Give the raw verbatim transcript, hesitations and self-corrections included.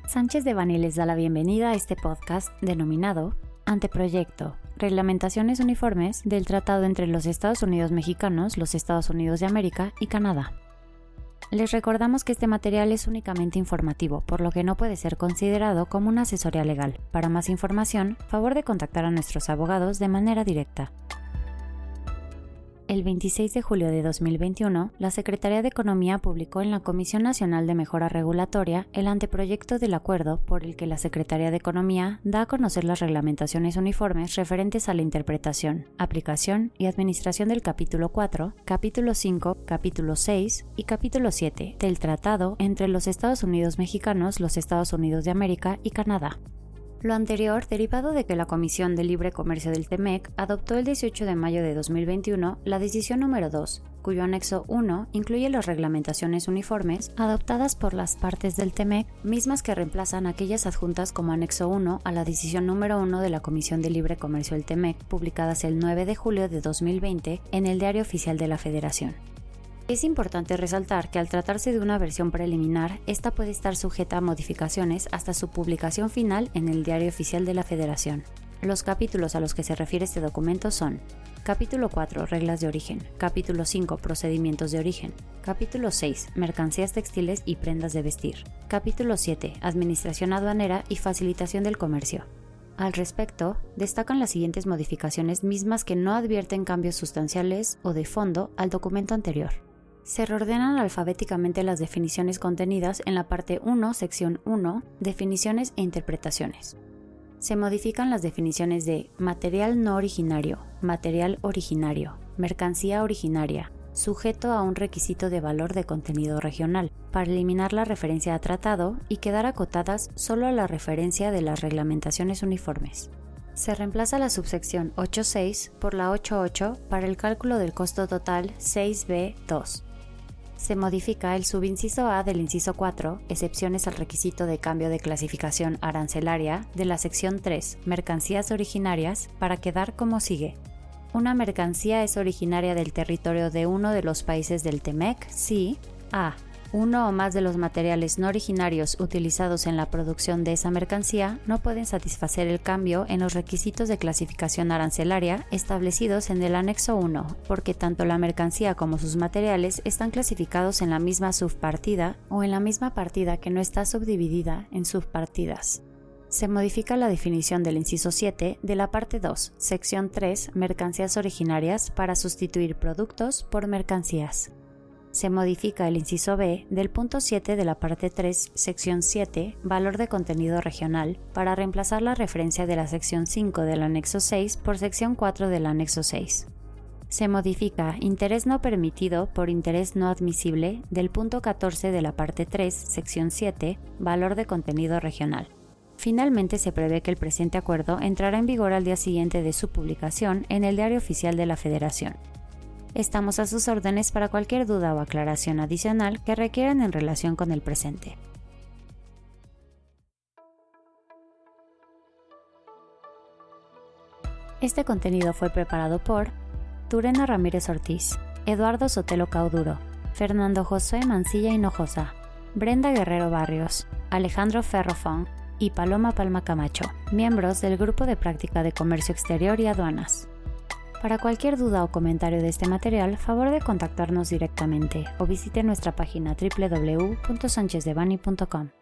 Sánchez de Bani les da la bienvenida a este podcast denominado Anteproyecto, Reglamentaciones Uniformes del Tratado entre los Estados Unidos Mexicanos, los Estados Unidos de América y Canadá. Les recordamos que este material es únicamente informativo, por lo que no puede ser considerado como una asesoría legal. Para más información, favor de contactar a nuestros abogados de manera directa. El veintiséis de julio de dos mil veintiuno, la Secretaría de Economía publicó en la Comisión Nacional de Mejora Regulatoria el anteproyecto del acuerdo por el que la Secretaría de Economía da a conocer las reglamentaciones uniformes referentes a la interpretación, aplicación y administración del Capítulo cuatro, Capítulo cinco, Capítulo seis y Capítulo siete del Tratado entre los Estados Unidos Mexicanos, los Estados Unidos de América y Canadá. Lo anterior derivado de que la Comisión de Libre Comercio del T M E C adoptó el dieciocho de mayo de dos mil veintiuno la decisión número dos, cuyo anexo uno incluye las reglamentaciones uniformes adoptadas por las partes del T M E C, mismas que reemplazan aquellas adjuntas como anexo uno a la decisión número uno de la Comisión de Libre Comercio del T M E C, publicadas el nueve de julio de dos mil veinte en el Diario Oficial de la Federación. Es importante resaltar que al tratarse de una versión preliminar, esta puede estar sujeta a modificaciones hasta su publicación final en el Diario Oficial de la Federación. Los capítulos a los que se refiere este documento son: Capítulo cuatro, Reglas de origen; Capítulo cinco, Procedimientos de origen; Capítulo seis, Mercancías textiles y prendas de vestir; Capítulo siete, Administración aduanera y facilitación del comercio. Al respecto, destacan las siguientes modificaciones mismas que no advierten cambios sustanciales o de fondo al documento anterior. Se reordenan alfabéticamente las definiciones contenidas en la parte uno, sección uno, definiciones e interpretaciones. Se modifican las definiciones de material no originario, material originario, mercancía originaria, sujeto a un requisito de valor de contenido regional, para eliminar la referencia a tratado y quedar acotadas solo a la referencia de las reglamentaciones uniformes. Se reemplaza la subsección ocho punto seis por la ocho punto ocho para el cálculo del costo total seis B dos. Se modifica el subinciso A del inciso cuatro, excepciones al requisito de cambio de clasificación arancelaria, de la sección tres, mercancías originarias, para quedar como sigue. Una mercancía es originaria del territorio de uno de los países del T M E C si A. Uno o más de los materiales no originarios utilizados en la producción de esa mercancía no pueden satisfacer el cambio en los requisitos de clasificación arancelaria establecidos en el anexo uno, porque tanto la mercancía como sus materiales están clasificados en la misma subpartida o en la misma partida que no está subdividida en subpartidas. Se modifica la definición del inciso siete de la parte dos, sección tres, mercancías originarias, para sustituir productos por mercancías. Se modifica el inciso B del punto siete de la parte tres, sección siete, valor de contenido regional, para reemplazar la referencia de la sección cinco del anexo seis por sección cuatro del anexo seis. Se modifica interés no permitido por interés no admisible del punto catorce de la parte tres, sección siete, valor de contenido regional. Finalmente, se prevé que el presente acuerdo entrará en vigor al día siguiente de su publicación en el Diario Oficial de la Federación. Estamos a sus órdenes para cualquier duda o aclaración adicional que requieran en relación con el presente. Este contenido fue preparado por Turena Ramírez Ortiz, Eduardo Sotelo Cauduro, Fernando Josué Mancilla Hinojosa, Brenda Guerrero Barrios, Alejandro Ferro Fong y Paloma Palma Camacho, miembros del Grupo de Práctica de Comercio Exterior y Aduanas. Para cualquier duda o comentario de este material, favor de contactarnos directamente o visite nuestra página doble u doble u doble u punto sánchez de bani punto com.